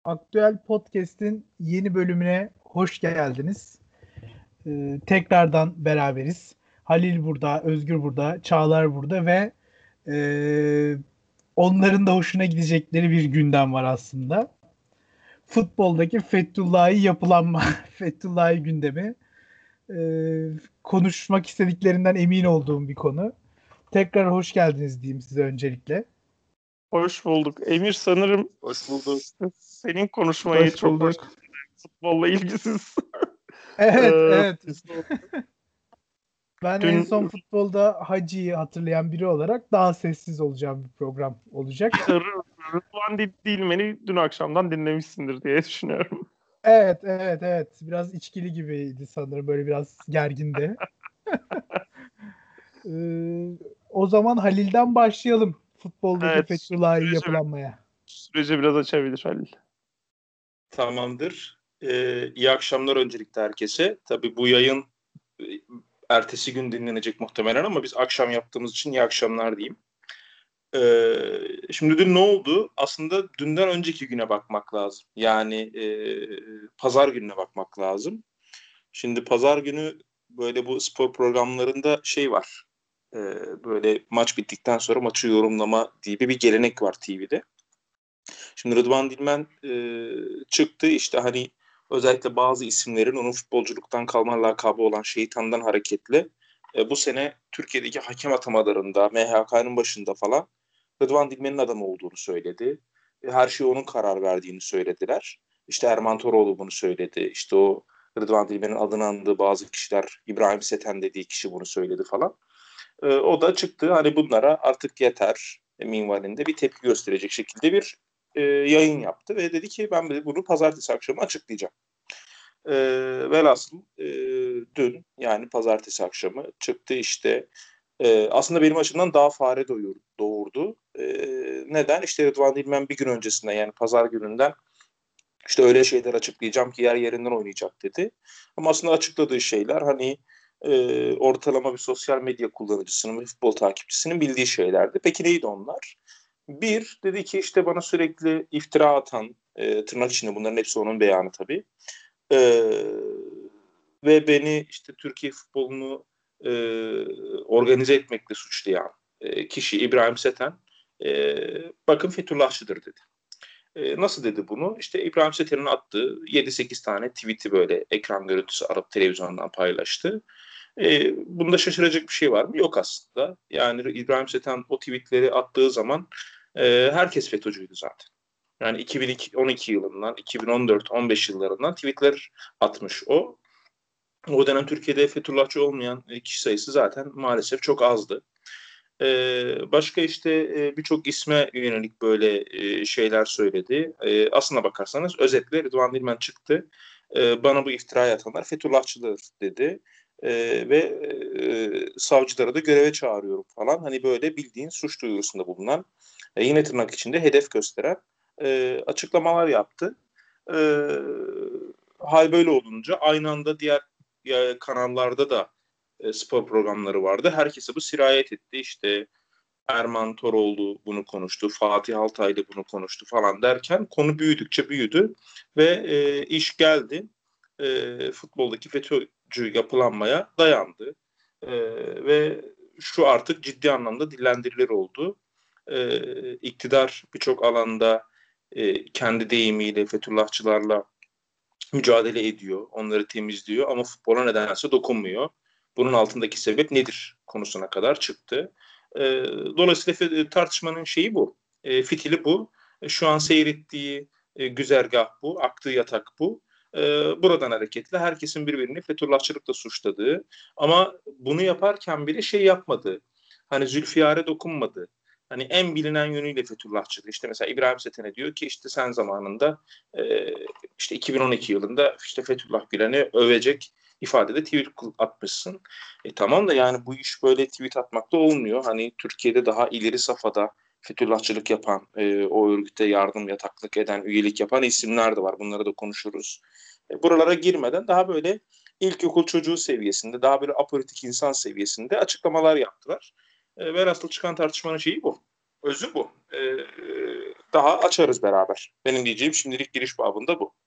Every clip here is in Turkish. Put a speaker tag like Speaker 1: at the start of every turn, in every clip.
Speaker 1: Aktüel Podcast'in yeni bölümüne hoş geldiniz. Tekrardan beraberiz. Halil burada, Özgür burada, Çağlar burada ve e, onların da hoşuna gidecekleri bir gündem var aslında. Futboldaki Fethullah'ı yapılanma, Fethullah'ı gündemi. E, Konuşmak istediklerinden emin olduğum bir konu. Tekrar hoş geldiniz diyeyim size öncelikle.
Speaker 2: Hoş bulduk. Emir sanırım
Speaker 3: Hoş bulduk.
Speaker 2: senin konuşmayı
Speaker 1: Hoş
Speaker 2: çok
Speaker 1: bulduk.
Speaker 2: futbolla ilgisiz.
Speaker 1: Evet. Ben
Speaker 2: Dün-
Speaker 1: en son futbolda Hacı'yı hatırlayan biri olarak daha sessiz olacağım bir program olacak.
Speaker 2: Rıdvan Dilmen'i dün akşamdan dinlemişsindir diye düşünüyorum.
Speaker 1: Evet. Biraz içkili gibiydi sanırım. Böyle biraz gergindi. O zaman Halil'den başlayalım. Futboldaki
Speaker 2: Evet,
Speaker 1: Fethullah'ı yapılanmaya.
Speaker 2: Süreci biraz açabilir Halil.
Speaker 3: Tamamdır. İyi akşamlar öncelikle herkese. Tabii bu yayın ertesi gün dinlenecek muhtemelen ama biz akşam yaptığımız için iyi akşamlar diyeyim. Şimdi dün ne oldu? Aslında dünden önceki güne bakmak lazım. Yani pazar gününe bakmak lazım. Şimdi pazar günü böyle bu spor programlarında şey var. Böyle maç bittikten sonra maçı yorumlama diye bir gelenek var TV'de. Şimdi Rıdvan Dilmen çıktı işte hani özellikle bazı isimlerin onun futbolculuktan kalma lakabı olan Şeytan'dan hareketle bu sene Türkiye'deki hakem atamalarında MHK'nın başında falan Rıdvan Dilmen'in adamı olduğunu söyledi. Her şeye onun karar verdiğini söylediler. İşte Erman Toroğlu bunu söyledi. İşte o Rıdvan Dilmen'in adını andığı bazı kişiler, İbrahim Seten dediği kişi bunu söyledi falan. O da çıktı hani bunlara artık yeter minvalinde bir tepki gösterecek şekilde bir yayın yaptı ve dedi ki ben bunu pazartesi akşamı açıklayacağım. Velhasıl dün yani pazartesi akşamı çıktı işte aslında benim açımdan daha fare doğurdu. Neden? İşte Rıdvan Dilmen bir gün öncesinden yani pazar gününden işte öyle şeyler açıklayacağım ki yer yerinden oynayacak dedi. Ama aslında açıkladığı şeyler hani ortalama bir sosyal medya kullanıcısının ve futbol takipçisinin bildiği şeylerdi. Peki neydi onlar? Bir, dedi ki işte bana sürekli iftira atan, tırnak içinde bunların hepsi onun beyanı tabii. Ve beni işte Türkiye futbolunu organize etmekle suçlayan kişi İbrahim Seten, bakın Fethullahçıdır dedi. Nasıl dedi bunu? İşte İbrahim Seten'in attığı 7-8 tane tweet'i böyle ekran görüntüsü alıp televizyondan paylaştı. Bunda şaşıracak bir şey var mı? Yok aslında. Yani İbrahim Seten o tweetleri attığı zaman herkes FETÖ'cüydü zaten. Yani 2012 yılından, 2014-15 yıllarından tweetler atmış o. O dönem Türkiye'de Fethullahçı olmayan kişi sayısı zaten maalesef çok azdı. Başka işte birçok isme yönelik böyle şeyler söyledi. Aslına bakarsanız özetle Rıdvan Dilmen çıktı. Bana bu iftirayı atanlar Fethullahçıdır dedi. Ve savcılara da göreve çağırıyorum falan. Hani böyle bildiğin suç duyurusunda bulunan yine tırnak içinde hedef gösteren açıklamalar yaptı. Hal böyle olunca aynı anda diğer kanallarda da spor programları vardı. Herkese bu sirayet etti. İşte Erman Toroğlu bunu konuştu, Fatih Altaylı bunu konuştu falan derken konu büyüdükçe büyüdü ve iş geldi. Futboldaki FETÖ'cü yapılanmaya dayandı. Ve şu artık ciddi anlamda dillendirilir oldu. İktidar birçok alanda kendi deyimiyle Fethullahçılarla mücadele ediyor, onları temizliyor ama futbola nedense dokunmuyor. Bunun altındaki sebep nedir konusuna kadar çıktı. Dolayısıyla tartışmanın şeyi bu, fitili bu. Şu an seyrettiği güzergah bu, aktığı yatak bu. Buradan hareketle herkesin birbirini Fethullahçılıkla suçladığı ama bunu yaparken bile şey yapmadı. Hani Zülfiyar'e dokunmadı. Hani en bilinen yönüyle Fethullahçılığı. İşte mesela İbrahim Seten'e diyor ki işte sen zamanında işte 2012 yılında işte Fethullah Gülen'i övecek ifadede tweet atmışsın. Tamam da yani bu iş böyle tweet atmakta olmuyor. Hani Türkiye'de daha ileri safhada Fethullahçılık yapan, o örgüte yardım yataklık eden, üyelik yapan isimler de var. Bunları da konuşuruz. Buralara girmeden daha böyle ilkokul çocuğu seviyesinde, daha böyle apolitik insan seviyesinde açıklamalar yaptılar. Velhasıl çıkan tartışmanın şeyi bu. Özü bu. Daha açarız beraber. Benim diyeceğim şimdilik giriş babında bu.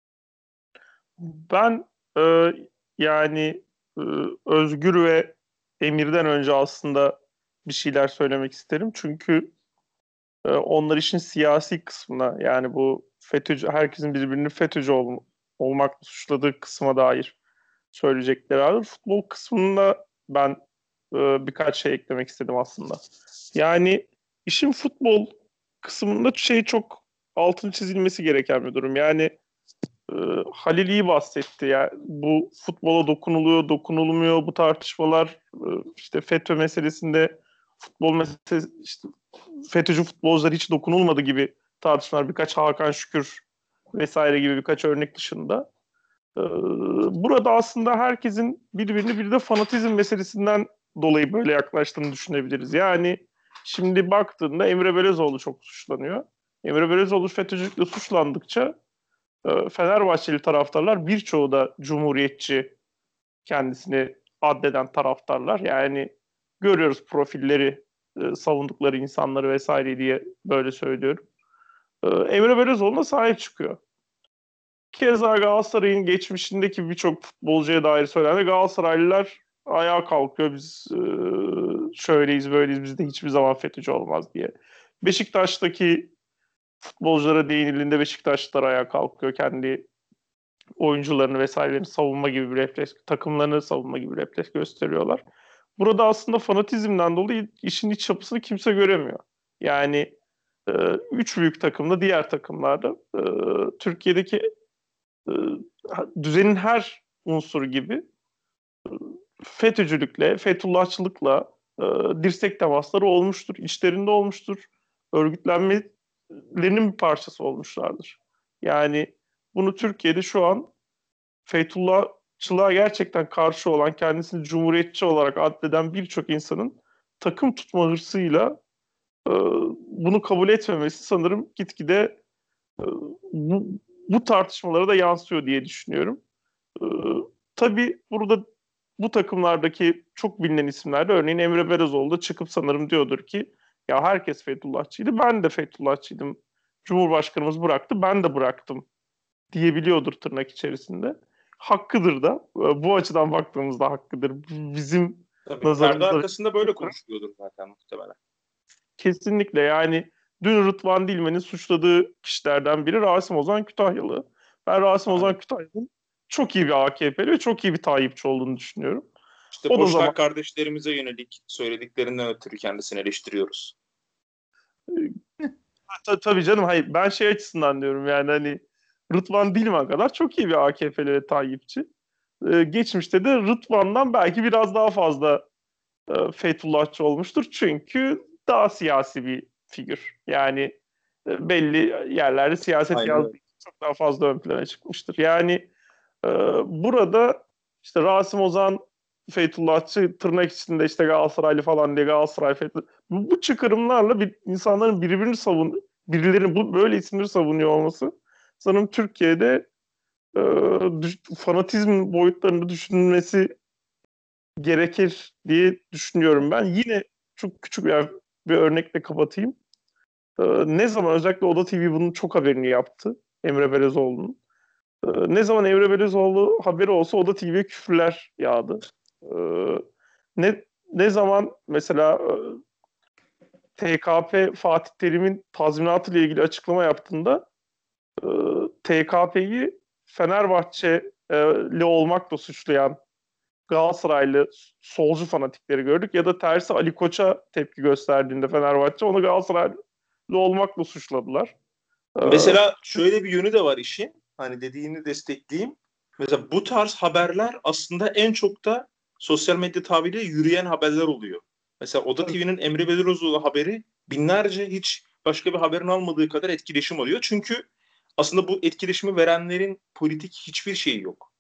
Speaker 2: Ben e, yani Özgür ve Emir'den önce aslında bir şeyler söylemek isterim. Çünkü onlar işin siyasi kısmına, yani bu FETÖ'cü, herkesin birbirini FETÖ'cü olmakla suçladığı kısma dair söyleyecekleri vardır. Futbol kısmında ben birkaç şey eklemek istedim aslında. Yani işin futbol kısmında çok altın çizilmesi gereken bir durum. Yani e, Halil iyi bahsetti. Yani bu futbola dokunuluyor, dokunulmuyor, bu tartışmalar işte FETÖ meselesinde futbol meselesi, işte FETÖ'cü futbolcular hiç dokunulmadı gibi tartışmalar, birkaç Hakan Şükür vesaire gibi birkaç örnek dışında. Burada aslında herkesin birbirini bir de fanatizm meselesinden dolayı böyle yaklaştığını düşünebiliriz. Yani şimdi baktığında Emre Belözoğlu çok suçlanıyor. Emre Belözoğlu FETÖ'cülükle suçlandıkça Fenerbahçeli taraftarlar, birçoğu da cumhuriyetçi kendisini addeden taraftarlar. Yani görüyoruz profilleri, savundukları insanları vesaire diye böyle söylüyorum. Emre Belözoğlu'na sahip çıkıyor. Keza Galatasaray'ın geçmişindeki birçok futbolcuya dair söylendi. Galatasaraylılar ayağa kalkıyor. Biz şöyleyiz, böyleyiz, bizde hiçbir zaman FETÖ'cü olmaz diye. Beşiktaş'taki futbolculara değinildiğinde Beşiktaşlılar ayağa kalkıyor. Kendi oyuncularını vesairelerini savunma gibi bir refleks, takımlarını savunma gibi bir refleks gösteriyorlar. Burada aslında fanatizmden dolayı işin iç yapısını kimse göremiyor. Yani üç büyük takımda, diğer takımlarda Türkiye'deki e, düzenin her unsuru gibi FETÖ'cülükle, Fethullahçılıkla dirsek temasları olmuştur. İçlerinde olmuştur. Örgütlenmelerinin bir parçası olmuşlardır. Yani bunu Türkiye'de şu an Fethullahçılığa gerçekten karşı olan, kendisini cumhuriyetçi olarak addeden birçok insanın takım tutma hırsıyla bunu kabul etmemesi sanırım gitgide e, bu tartışmalara da yansıyor diye düşünüyorum. E, tabii burada bu takımlardaki çok bilinen isimler de, örneğin Emre Belözoğlu da çıkıp sanırım diyordur ki ya herkes Fethullahçıydı, ben de Fethullahçıydım. Cumhurbaşkanımız bıraktı, ben de bıraktım diyebiliyordur tırnak içerisinde. Hakkıdır da. Bu açıdan baktığımızda hakkıdır. Bizim
Speaker 3: Tabii. Perde
Speaker 2: nazarımızda
Speaker 3: arkasında böyle konuşuluyordur zaten muhtemelen.
Speaker 2: kesinlikle, yani dün Rıdvan Dilmen'in suçladığı kişilerden biri Rasim Ozan Kütahyalı. Ben Rasim
Speaker 3: Aynen.
Speaker 2: Ozan Kütahyalı'nın çok iyi bir AKP'li ve çok iyi bir Tayyipçi olduğunu düşünüyorum.
Speaker 3: İşte
Speaker 2: O da zaman
Speaker 3: Boşnak kardeşlerimize yönelik söylediklerinden ötürü kendisini eleştiriyoruz.
Speaker 2: tabii canım, hayır, ben şey açısından diyorum, yani hani Rıdvan Dilmen kadar çok iyi bir AKP'li ve Tayyipçi. Geçmişte de Rıdvan'dan belki biraz daha fazla Fethullahçı olmuştur. Çünkü daha siyasi bir figür. Yani belli yerlerde siyaset
Speaker 3: Aynen
Speaker 2: yazdığı
Speaker 3: öyle.
Speaker 2: için çok daha fazla ön plana çıkmıştır. Yani burada işte Rasim Ozan Fethullahçı, tırnak içinde işte Galatasaraylı falan diye Galatasaray Fethullah. Bu çıkarımlarla insanların birilerinin böyle isimleri savunuyor olması sanırım Türkiye'de e, fanatizm boyutlarında düşünülmesi gerekir diye düşünüyorum ben. Yine çok küçük bir örnekle kapatayım. Ne zaman özellikle Oda TV bunun çok haberini yaptı, Emre Belezoğlu'nun. Ne zaman Emre Belezoğlu haberi olsa Oda TV'ye küfürler yağdı. Ne ne zaman mesela TKP Fatih Terim'in tazminatı ile ilgili açıklama yaptığında TKP'yi Fenerbahçeli olmakla suçlayan Galatasaraylı solcu fanatikleri gördük, ya da tersi Ali Koç'a tepki gösterdiğinde Fenerbahçe onu Galatasaraylı olmakla suçladılar. Ee,
Speaker 3: Mesela şöyle bir yönü de var işin. Hani dediğini destekleyeyim. Mesela bu tarz haberler aslında en çok da sosyal medya tabiriyle yürüyen haberler oluyor. Mesela Oda TV'nin Emre Belözoğlu haberi binlerce hiç başka bir haberin almadığı kadar etkileşim alıyor. Çünkü aslında bu etkileşimi verenlerin politik hiçbir şeyi yok.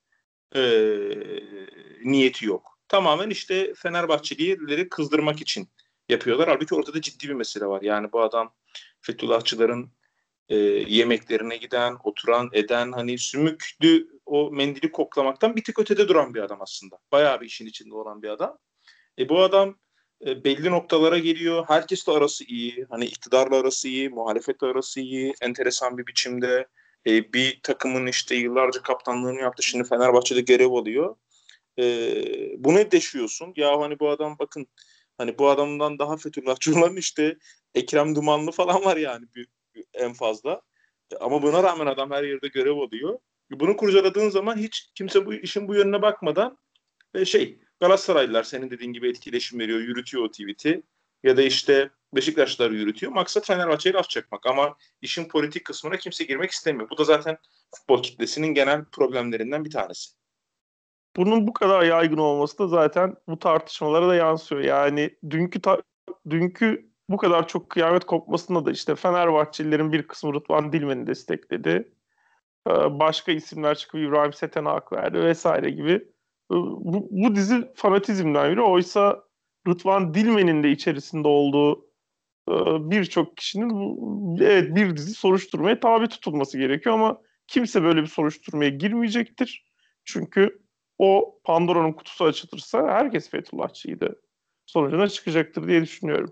Speaker 3: Niyeti yok. Tamamen işte Fenerbahçelileri kızdırmak için yapıyorlar. Halbuki ortada ciddi bir mesele var. Yani bu adam Fethullahçıların yemeklerine giden, oturan, eden, hani sümüklü o mendili koklamaktan bir tık ötede duran bir adam aslında. Bayağı bir işin içinde olan bir adam. Bu adam belli noktalara geliyor. Herkesle arası iyi. Hani iktidarla arası iyi, muhalefetle arası iyi. Enteresan bir biçimde. Bir takımın işte yıllarca kaptanlığını yaptı. Şimdi Fenerbahçe'de görev alıyor. Bunu deşiyorsun. Ya hani bu adam bakın hani bu adamdan daha Fethullahçı olan işte Ekrem Dumanlı falan var yani en fazla. Ama buna rağmen adam her yerde görev alıyor. Bunu kurcaladığın zaman hiç kimse bu işin bu yönüne bakmadan Galatasaraylılar senin dediğin gibi etkileşim veriyor, yürütüyor o tweet'i. Ya da işte Beşiktaşlılar yürütüyor. Maksat Fenerbahçe'ye laf çakmak. Ama işin politik kısmına kimse girmek istemiyor. Bu da zaten futbol kitlesinin genel problemlerinden bir tanesi.
Speaker 2: Bunun bu kadar yaygın olması da zaten bu tartışmalara da yansıyor. Yani dünkü bu kadar çok kıyamet kopmasında da işte Fenerbahçelilerin bir kısmı Rıdvan Dilmen'i destekledi. Başka isimler çıkıp İbrahim Seten'e hak verdi vesaire gibi. Bu dizi fanatizmden yürüyor. Oysa Rıdvan Dilmen'in de içerisinde olduğu birçok kişinin evet bir dizi soruşturmaya tabi tutulması gerekiyor ama kimse böyle bir soruşturmaya girmeyecektir. Çünkü o Pandora'nın kutusu açılırsa herkes Fethullahçıydı sonucuna çıkacaktır diye düşünüyorum.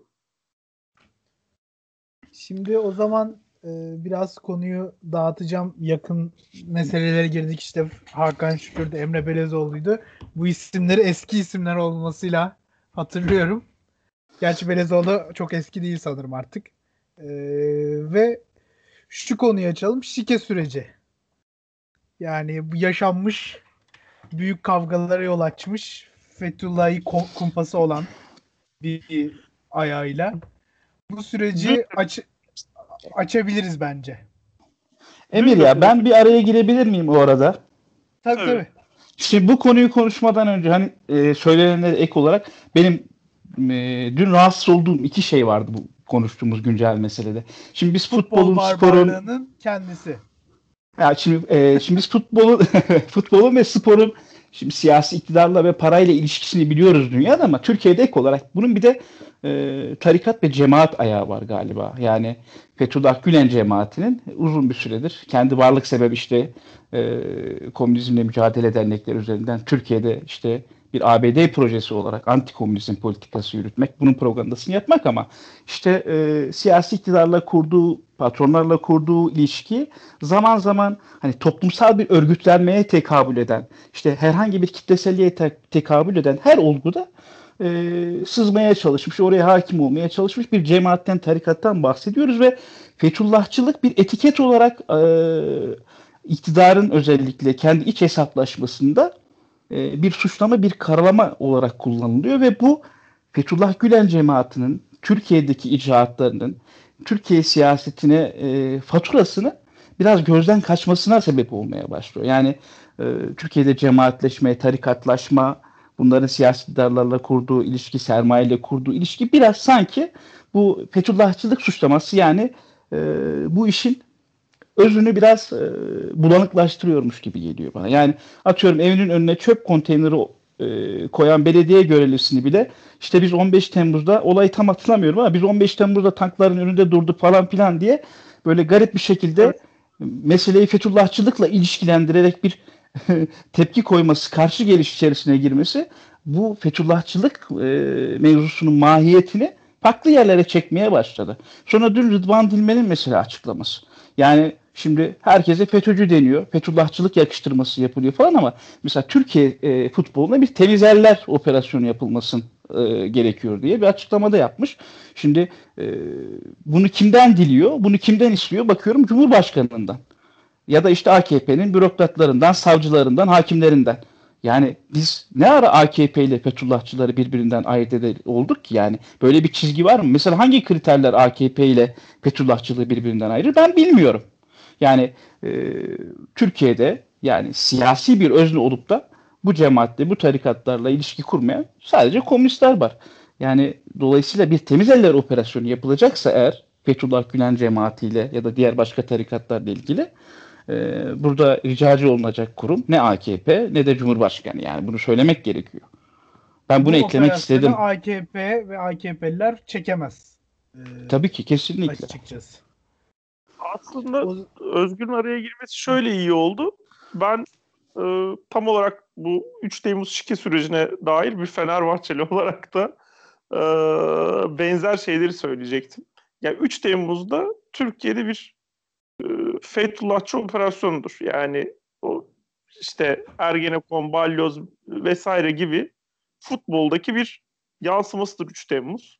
Speaker 1: Şimdi o zaman biraz konuyu dağıtacağım. Yakın meselelere girdik. İşte Hakan Şükür'dü, Emre Belezoğlu'ydu. Bu isimleri eski isimler olmasıyla hatırlıyorum. Gerçi Belezoğlu çok eski değil sanırım artık. Ve şu konuyu açalım. Şike süreci. Yani bu yaşanmış büyük kavgalara yol açmış Fethullah'ı kumpası olan bir ayağıyla. Bu süreci açabiliriz bence.
Speaker 4: Emir ya ben bir araya girebilir miyim o arada?
Speaker 1: Tabii.
Speaker 4: Şimdi bu konuyu konuşmadan önce hani söylenenlere ek olarak benim dün rahatsız olduğum iki şey vardı bu konuştuğumuz güncel meselede. Şimdi biz
Speaker 1: futbol barbarlığının kendisi.
Speaker 4: Ya şimdi biz futbolun ve sporun şimdi siyasi iktidarla ve parayla ilişkisini biliyoruz dünyada ama Türkiye'de ek olarak bunun bir de tarikat ve cemaat ayağı var galiba. Yani Fethullah Gülen cemaatinin uzun bir süredir kendi varlık sebebi işte komünizmle mücadele dernekleri üzerinden Türkiye'de işte bir ABD projesi olarak anti-komünizm politikası yürütmek, bunun propagandasını yapmak ama işte siyasi iktidarla kurduğu, patronlarla kurduğu ilişki zaman zaman hani toplumsal bir örgütlenmeye tekabül eden, işte herhangi bir kitleselliğe tekabül eden her olguda sızmaya çalışmış, oraya hakim olmaya çalışmış bir cemaatten, tarikattan bahsediyoruz ve Fethullahçılık bir etiket olarak iktidarın özellikle kendi iç hesaplaşmasında bir suçlama, bir karalama olarak kullanılıyor ve bu Fethullah Gülen cemaatinin Türkiye'deki icraatlarının Türkiye siyasetine faturasını biraz gözden kaçmasına sebep olmaya başlıyor. Yani Türkiye'de cemaatleşme, tarikatlaşma, bunların siyasi iktidarlarla kurduğu ilişki, sermayeyle kurduğu ilişki biraz sanki bu Fethullahçılık suçlaması yani bu işin özünü biraz bulanıklaştırıyormuş gibi geliyor bana. Yani atıyorum evinin önüne çöp konteyneri koyan belediye görevlisini bile işte biz 15 Temmuz'da olayı tam hatırlamıyorum ama biz 15 Temmuz'da tankların önünde durduk falan filan diye böyle garip bir şekilde meseleyi Fethullahçılıkla ilişkilendirerek bir tepki koyması, karşı geliş içerisine girmesi bu Fethullahçılık mevzusunun mahiyetini farklı yerlere çekmeye başladı. Sonra dün Rıdvan Dilmen'in mesela açıklaması. Yani şimdi herkese FETÖ'cü deniyor. Fethullahçılık yakıştırması yapılıyor falan ama mesela Türkiye futboluna bir temizerler operasyonu yapılmasın gerekiyor diye bir açıklamada yapmış. Şimdi bunu kimden diliyor? Bunu kimden istiyor? Bakıyorum Cumhurbaşkanı'ndan. Ya da işte AKP'nin bürokratlarından, savcılarından, hakimlerinden. Yani biz ne ara AKP ile Fethullahçıları birbirinden ayırt olduk ki yani? Böyle bir çizgi var mı? Mesela hangi kriterler AKP ile Fethullahçılığı birbirinden ayırır? Ben bilmiyorum. Yani Türkiye'de yani siyasi bir özne olup da bu cemaatle, bu tarikatlarla ilişki kurmayan sadece komünistler var. Yani dolayısıyla bir temiz eller operasyonu yapılacaksa eğer Fethullah Gülen cemaatiyle ya da diğer başka tarikatlarla ilgili burada ricacı olunacak kurum ne AKP ne de Cumhurbaşkanı. Yani bunu söylemek gerekiyor. Ben bunu eklemek istedim.
Speaker 1: AKP ve AKP'liler çekemez.
Speaker 4: Tabii ki kesinlikle.
Speaker 1: Açıkçası.
Speaker 2: Aslında Özgür'ün araya girmesi şöyle iyi oldu. Ben tam olarak bu 3 Temmuz şike sürecine dair bir Fenerbahçeli olarak da benzer şeyleri söyleyecektim. Yani 3 Temmuz'da Türkiye'de bir Fethullahçı operasyonudur. Yani o işte Ergenekon, Balyoz vesaire gibi futboldaki bir yansımasıdır 3 Temmuz.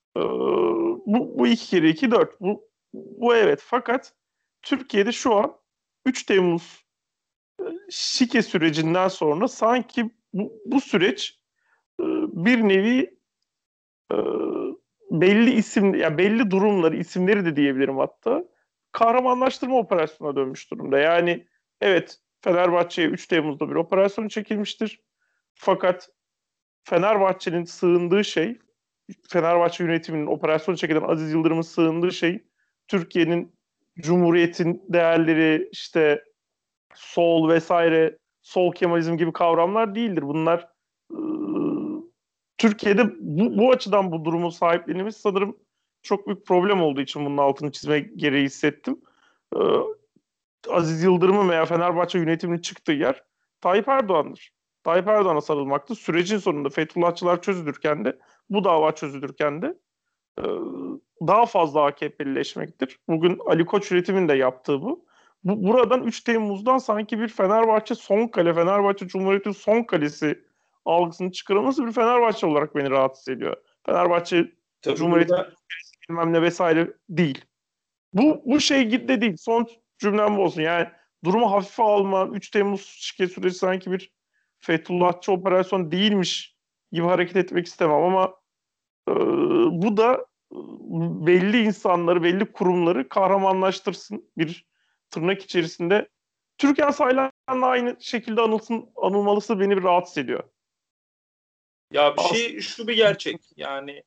Speaker 2: Bu 2 kere 2 4. Bu evet. Fakat Türkiye'de şu an 3 Temmuz şike sürecinden sonra sanki bu süreç bir nevi e, belli isim, yani belli durumları, isimleri de diyebilirim hatta, kahramanlaştırma operasyonuna dönmüş durumda. Yani evet, Fenerbahçe'ye 3 Temmuz'da bir operasyon çekilmiştir. Fakat Fenerbahçe'nin sığındığı şey, Fenerbahçe yönetiminin operasyonu çekilen Aziz Yıldırım'ın sığındığı şey, Türkiye'nin, Cumhuriyet'in değerleri, işte sol vesaire, sol Kemalizm gibi kavramlar değildir. Bunlar Türkiye'de bu açıdan bu durumu sahiplenmemiz sanırım çok büyük problem olduğu için bunun altını çizme gereği hissettim. Ee, Aziz Yıldırım'ın veya Fenerbahçe yönetiminin çıktığı yer Tayyip Erdoğan'dır. Tayyip Erdoğan'a sarılmaktır. Sürecin sonunda Fethullahçılar çözülürken de, bu dava çözülürken de e, daha fazla AKP'lileşmektir. Bugün Ali Koç yönetimin de yaptığı bu. Buradan 3 Temmuz'dan sanki bir Fenerbahçe son kale, Fenerbahçe Cumhuriyet'in son kalesi algısını çıkarılması bir Fenerbahçe olarak beni rahatsız ediyor. Fenerbahçe
Speaker 3: Tabii
Speaker 2: Cumhuriyet'in
Speaker 3: burada
Speaker 2: bilmem ne vesaire değil. Bu şey de değil. Son cümlem bu olsun. Yani durumu hafife alma, 3 Temmuz şike süreci sanki bir Fethullahçı operasyon değilmiş gibi hareket etmek istemem ama bu da belli insanları, belli kurumları kahramanlaştırsın, bir tırnak içerisinde. Türkan Saylan'la aynı şekilde anılmalısı beni bir rahatsız ediyor.
Speaker 3: ya şu bir gerçek. Yani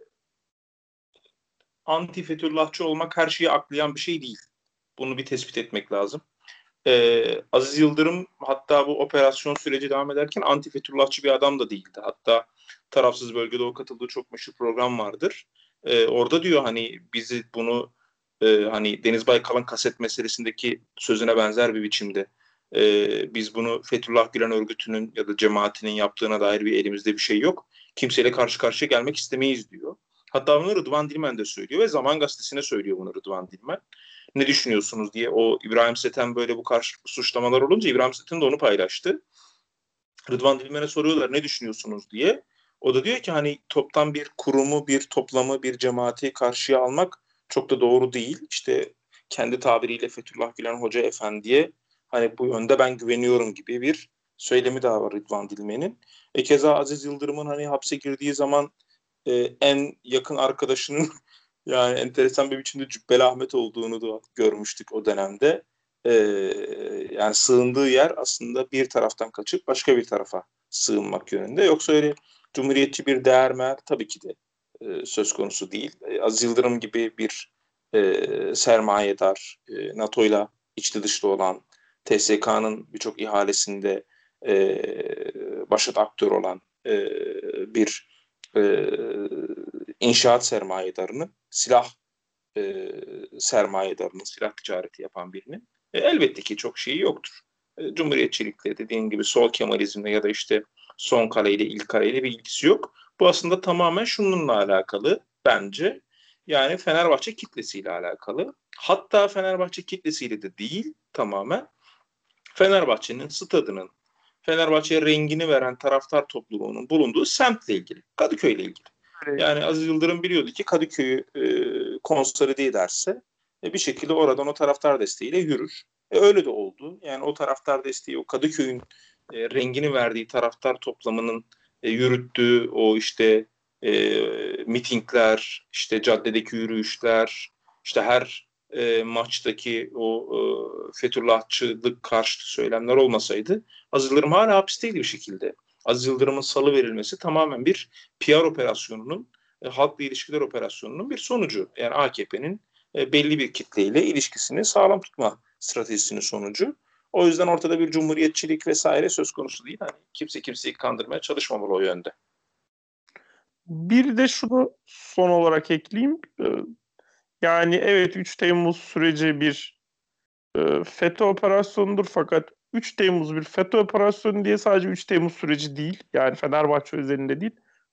Speaker 3: anti Fethullahçı olmak her şeyi aklayan bir şey değil. Bunu bir tespit etmek lazım. Aziz Yıldırım hatta bu operasyon süreci devam ederken anti Fethullahçı bir adam da değildi. Hatta tarafsız bölgede o katıldığı çok meşhur program vardır. Orada diyor hani bizi bunu hani Deniz Baykal'ın kaset meselesindeki sözüne benzer bir biçimde biz bunu Fethullah Gülen örgütünün ya da cemaatinin yaptığına dair bir elimizde bir şey yok. Kimseyle karşı karşıya gelmek istemeyiz diyor. Hatta bunu Rıdvan Dilmen de söylüyor ve Zaman Gazetesi'ne söylüyor bunu Rıdvan Dilmen. Ne düşünüyorsunuz diye. O İbrahim Sethem böyle bu karşılıklı suçlamalar olunca İbrahim Sethem de onu paylaştı. Rıdvan Dilmen'e soruyorlar ne düşünüyorsunuz diye. O da diyor ki hani toptan bir kurumu, bir toplamı, bir cemaati karşıya almak çok da doğru değil. İşte kendi tabiriyle Fethullah Gülen Hoca Efendi'ye hani bu yönde ben güveniyorum gibi bir söylemi daha var Rıdvan Dilmen'in. Keza Aziz Yıldırım'ın hani hapse girdiği zaman en yakın arkadaşının yani enteresan bir biçimde Cübbeli Ahmet olduğunu da görmüştük o dönemde. Yani sığındığı yer aslında bir taraftan kaçıp başka bir tarafa sığınmak yönünde. Yoksa öyle cumhuriyetçi bir değer meğer tabii ki de söz konusu değil. Aziz Yıldırım gibi bir sermayedar, NATO'yla içli dışlı olan, TSK'nın birçok ihalesinde başat aktör olan bir inşaat sermayedarının, silah sermayedarının, silah ticareti yapan birinin elbette ki çok şeyi yoktur. Cumhuriyetçilikle dediğim gibi sol Kemalizmle ya da işte son kaleyle ilk kaleyle bir ilgisi yok. Bu aslında tamamen şununla alakalı bence. Yani Fenerbahçe kitlesiyle alakalı. Hatta Fenerbahçe kitlesiyle de değil tamamen. Fenerbahçe'nin stadının, Fenerbahçe'ye rengini veren taraftar topluluğunun bulunduğu semtle ilgili, Kadıköy'le ilgili. Yani Aziz Yıldırım biliyordu ki Kadıköy'ü konsolide ederse bir şekilde oradan o taraftar desteğiyle yürür. Öyle de oldu. Yani o taraftar desteği, o Kadıköy'ün rengini verdiği taraftar toplamının yürüttüğü o işte mitingler, işte caddedeki yürüyüşler, işte her maçtaki o Fethullahçılık karşıtı söylemler olmasaydı Aziz Yıldırım hala hapisteydi bir şekilde. Aziz Yıldırım'ın salı verilmesi tamamen bir PR operasyonunun, halkla ilişkiler operasyonunun bir sonucu. Yani AKP'nin belli bir kitleyle ilişkisini sağlam tutma stratejisinin sonucu. O yüzden ortada bir cumhuriyetçilik vesaire söz konusu değil. Hani kimse kimseyi kandırmaya çalışmamalı o yönde.
Speaker 2: Bir de şunu son olarak ekleyeyim. Yani evet, 3 Temmuz süreci bir FETÖ operasyonudur fakat 3 Temmuz bir FETÖ operasyonu diye sadece 3 Temmuz süreci değil. Yani Fenerbahçe özelinde değil.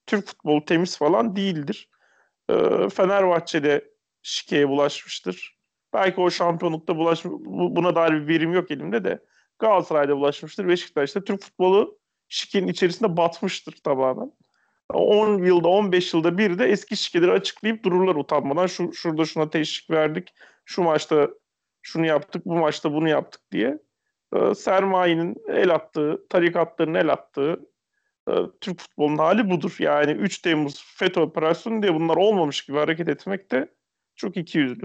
Speaker 2: Türk futbolu temiz falan değildir. Fenerbahçe'de şikeye bulaşmıştır. Belki o şampiyonlukta buna dair bir verim yok elimde de. Galatasaray'da bulaşmıştır. Beşiktaş'ta Türk futbolu şikenin içerisinde batmıştır tamamen. 10 yılda 15 yılda bir de eski şikeleri açıklayıp dururlar utanmadan. Şurada şuna teşvik verdik. Şu maçta şunu yaptık, bu maçta bunu yaptık diye. Sermayenin el attığı, tarikatların el attığı Türk futbolunun hali budur. Yani 3 Temmuz FETÖ operasyonu diye bunlar olmamış gibi hareket etmek de çok ikiyüzlü.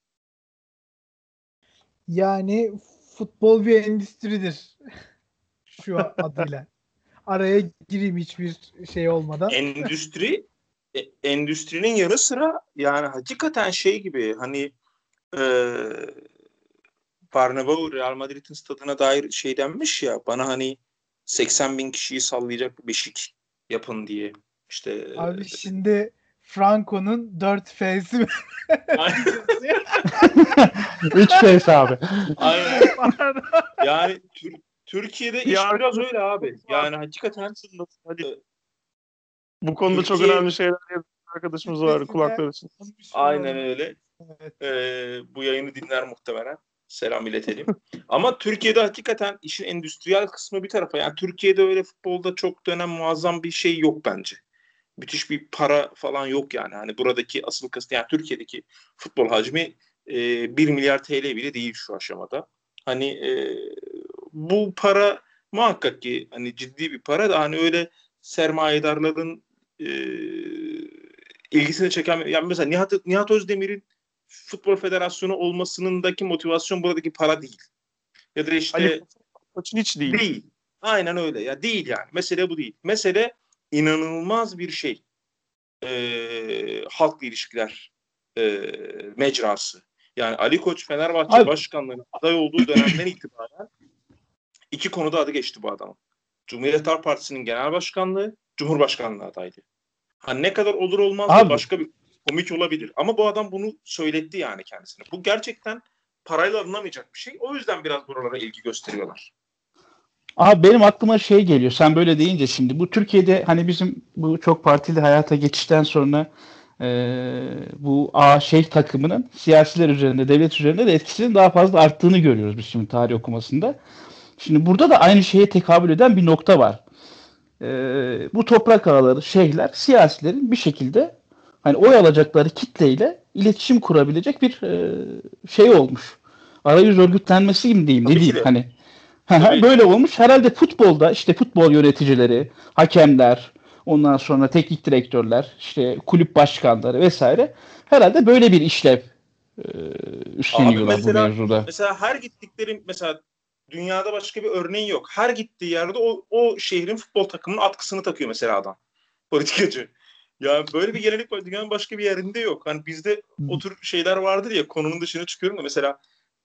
Speaker 1: Yani futbol bir endüstridir şu adıyla. Araya gireyim hiçbir şey olmadan.
Speaker 3: Endüstrinin yanı sıra yani hakikaten şey gibi hani Bernabéu Real Madrid'in stadına dair şey denmiş ya, bana hani 80 bin kişiyi sallayacak bir beşik yapın diye. İşte
Speaker 1: Abi şimdi Franco'nun 4 F'si mi?
Speaker 4: 3 F's abi.
Speaker 3: Aynen. Yani Türkiye'de iş biraz öyle abi. Yani hakikaten
Speaker 2: Hadi. Bu konuda
Speaker 3: Türkiye...
Speaker 2: çok önemli şeyler yazan arkadaşımız var kulaklar için.
Speaker 3: Aynen öyle.
Speaker 1: Evet.
Speaker 3: Bu yayını dinler muhtemelen. Selam iletelim. Ama Türkiye'de hakikaten işin endüstriyel kısmı bir tarafa. Yani Türkiye'de öyle futbolda çok dönen muazzam bir şey yok bence. Müthiş bir para falan yok yani. Hani buradaki asıl kısmı, yani Türkiye'deki futbol hacmi 1 milyar TL bile değil şu aşamada. Hani bu para muhakkak ki hani ciddi bir para da hani öyle sermayedarların ilgisini çeken, yani mesela Nihat Özdemir'in Futbol Federasyonu olmasındaki motivasyon buradaki para değil. Ya da işte
Speaker 2: Ali Koç'un hiç değil.
Speaker 3: Değil. Aynen öyle. Ya değil yani. Mesele bu değil. Mesele inanılmaz bir şey. Halkla ilişkiler mecrası. Yani Ali Koç Fenerbahçe başkanlığına aday olduğu dönemden itibaren 2 konuda adı geçti bu adamın. Cumhuriyet Halk Partisi'nin genel başkanlığı, Cumhurbaşkanlığı adaylığı. Hani ne kadar olur olmaz da başka bir komik olabilir. Ama bu adam bunu söyletti yani kendisine. Bu gerçekten parayla alınamayacak bir şey. O yüzden biraz buralara ilgi gösteriyorlar.
Speaker 4: Abi benim aklıma şey geliyor. Sen böyle deyince şimdi bu Türkiye'de hani bizim bu çok partili hayata geçişten sonra bu şeyh takımının siyasiler üzerinde, devlet üzerinde de etkisinin daha fazla arttığını görüyoruz biz şimdi tarih okumasında. Şimdi burada da aynı şeye tekabül eden bir nokta var. Bu toprak ağaları, şeyhler, siyasilerin bir şekilde hani oy alacakları kitleyle iletişim kurabilecek bir şey olmuş. Arayüz örgütlenmesi gibi diyeyim, ne diyeyim hani. Böyle olmuş. Herhalde futbolda işte futbol yöneticileri, hakemler, ondan sonra teknik direktörler, işte kulüp başkanları vesaire herhalde böyle bir işlev üstleniyorlar bu mevzuda.
Speaker 3: Mesela her gittikleri, mesela dünyada başka bir örneği yok. Her gittiği yerde o şehrin futbol takımının atkısını takıyor mesela adam. Politikacı. Ya böyle bir gelenek var. Dünyanın başka bir yerinde yok. Hani bizde o tür şeyler vardır ya, konunun dışına çıkıyorum da mesela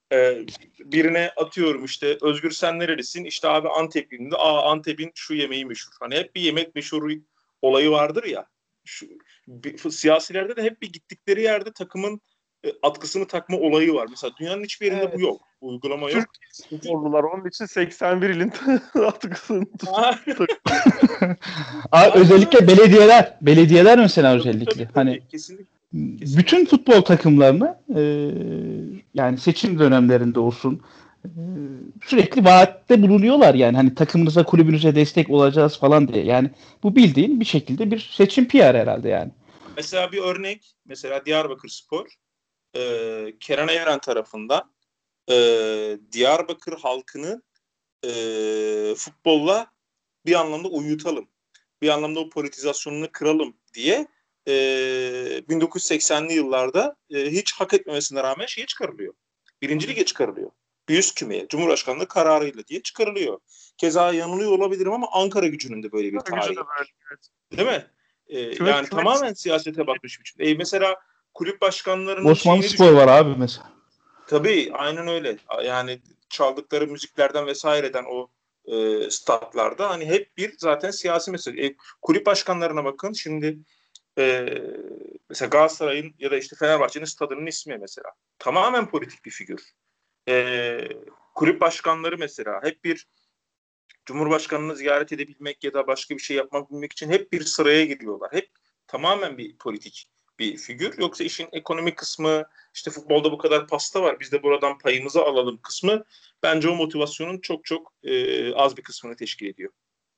Speaker 3: birine atıyorum işte, Özgür sen nerelisin? İşte abi Antepliyim de. Antep'in şu yemeği meşhur. Hani hep bir yemek meşhur olayı vardır ya. Siyasilerde de hep bir gittikleri yerde takımın atkısını takma olayı var. Mesela dünyanın hiçbir yerinde bu yok. Bu uygulama yok.
Speaker 2: Türk sporlular onun için 81 ilin atkısını
Speaker 4: özellikle belediyeler mesela özellikle.
Speaker 3: Tabii,
Speaker 4: hani
Speaker 3: kesinlikle.
Speaker 4: Bütün futbol takımlarını yani seçim dönemlerinde olsun sürekli vaatte bulunuyorlar yani hani takımınıza, kulübünüze destek olacağız falan diye. Yani bu bildiğin bir şekilde bir seçim PR herhalde yani.
Speaker 3: Mesela bir örnek, mesela Diyarbakırspor Kenan Evren tarafından Diyarbakır halkını futbolla bir anlamda uyutalım, bir anlamda o politizasyonunu kıralım diye 1980'li yıllarda hiç hak etmemesine rağmen şeye çıkarılıyor. 1. Lige çıkarılıyor. Bir üst kümeye, Cumhurbaşkanlığı kararıyla diye çıkarılıyor. Keza yanılıyor olabilirim ama Ankara Gücü'nün de böyle bir tarihi var. Değil mi? Yani tamamen siyasete bakmış biçimde. Mesela kulüp başkanlarının
Speaker 4: Osmanlı Spor var abi mesela.
Speaker 3: Tabii aynen öyle. Yani çaldıkları müziklerden vesaireden o statlarda hani hep bir zaten siyasi mesele. Kulüp başkanlarına bakın şimdi, mesela Galatasaray'ın ya da işte Fenerbahçe'nin stadının ismi mesela. Tamamen politik bir figür. Kulüp başkanları mesela hep bir Cumhurbaşkanını ziyaret edebilmek ya da başka bir şey yapmak bilmek için hep bir sıraya giriyorlar. Hep tamamen bir politik bir figür. Yoksa işin ekonomik kısmı, işte futbolda bu kadar pasta var, biz de buradan payımızı alalım kısmı bence o motivasyonun çok çok az bir kısmını teşkil ediyor.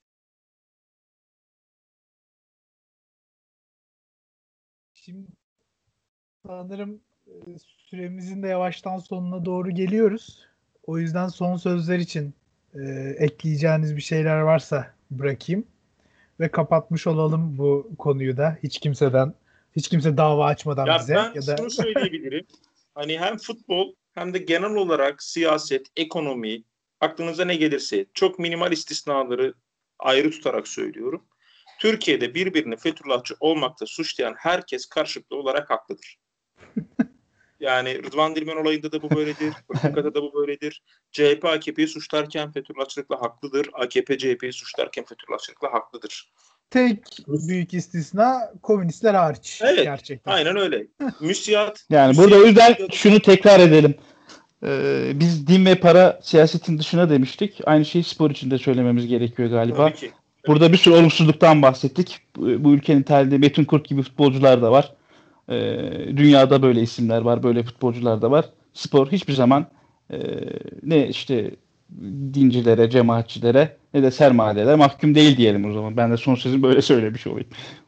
Speaker 1: Şimdi sanırım süremizin de yavaştan sonuna doğru geliyoruz. O yüzden son sözler için ekleyeceğiniz bir şeyler varsa bırakayım ve kapatmış olalım bu konuyu da. Hiç kimse dava açmadan
Speaker 3: Ya
Speaker 1: bize
Speaker 3: ben
Speaker 1: ya da
Speaker 3: şunu söyleyebilirim. Hani hem futbol hem de genel olarak siyaset, ekonomi, aklınıza ne gelirse çok minimal istisnaları ayrı tutarak söylüyorum. Türkiye'de birbirini Fethullahçı olmakta suçlayan herkes karşılıklı olarak haklıdır. Yani Rıdvan Dilmen olayında da bu böyledir. Politikada da bu böyledir. CHP AKP'yi suçlarken Fethullahçılıkla haklıdır. AKP CHP'yi suçlarken Fethullahçılıkla haklıdır.
Speaker 1: tek büyük istisna komünistler hariç
Speaker 3: Evet,
Speaker 1: gerçekten.
Speaker 3: aynen öyle. Müsiat.
Speaker 4: Yani burada o yüzden şunu tekrar edelim. Biz din ve para siyasetin dışına demiştik. Aynı şeyi spor için de söylememiz gerekiyor galiba.
Speaker 3: Tabii ki.
Speaker 4: Burada bir sürü olumsuzluktan bahsettik. Bu ülkenin talihinde Metin Kurt gibi futbolcular da var. Dünyada böyle isimler var, böyle futbolcular da var. Spor hiçbir zaman ne işte dincilere, cemaatçilere ne de sermayelere mahkum değil diyelim o zaman. Ben de son sözümü böyle söylemiş olayım.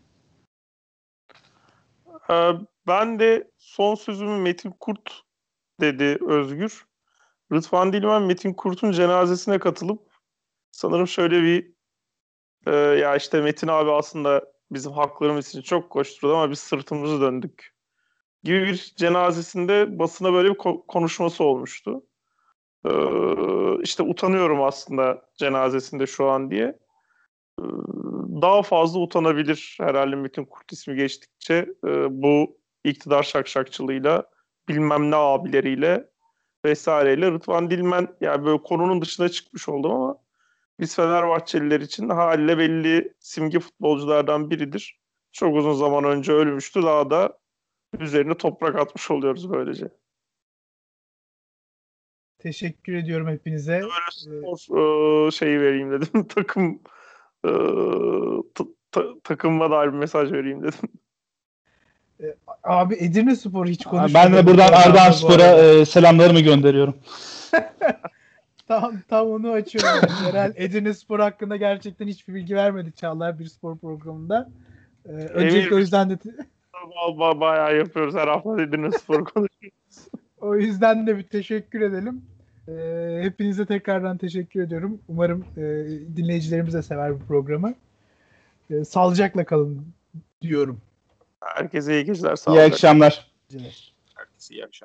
Speaker 2: Ben de son sözümü Metin Kurt dedi Özgür. Rıdvan Dilmen Metin Kurt'un cenazesine katılıp sanırım şöyle bir ya işte Metin abi aslında bizim haklarımız için çok koşturdu ama biz sırtımızı döndük gibi bir cenazesinde basına böyle bir konuşması olmuştu. İşte utanıyorum aslında cenazesinde şu an diye. Daha fazla utanabilir herhalde Metin Kurt ismi geçtikçe bu iktidar şakşakçılığıyla bilmem ne abileriyle vesaireyle. Rıdvan Dilmen yani böyle konunun dışına çıkmış oldum ama biz Fenerbahçeliler için haliyle belli simge futbolculardan biridir. Çok uzun zaman önce ölmüştü. Daha da üzerine toprak atmış oluyoruz böylece.
Speaker 1: Teşekkür ediyorum hepinize.
Speaker 2: Spor şeyi vereyim dedim. Takımıma dair bir mesaj vereyim dedim.
Speaker 1: Abi Edirnespor'u hiç konuşmadık.
Speaker 4: Ben de buradan Ardahan Spor'a selamlarımı gönderiyorum.
Speaker 1: Tam onu açıyorum. Yerel Edirnespor hakkında gerçekten hiçbir bilgi vermedi Çağlar bir spor programında. Öncelikle o yüzden de
Speaker 2: bayağı yapıyoruz. Her hafta Edirnespor konuşuyoruz.
Speaker 1: o yüzden de bir teşekkür edelim. Hepinize tekrardan teşekkür ediyorum. Umarım dinleyicilerimiz de sever bu programı. Sağlıcakla kalın diyorum.
Speaker 2: Herkese iyi geceler.
Speaker 4: İyi akşamlar.
Speaker 3: Herkese iyi akşamlar.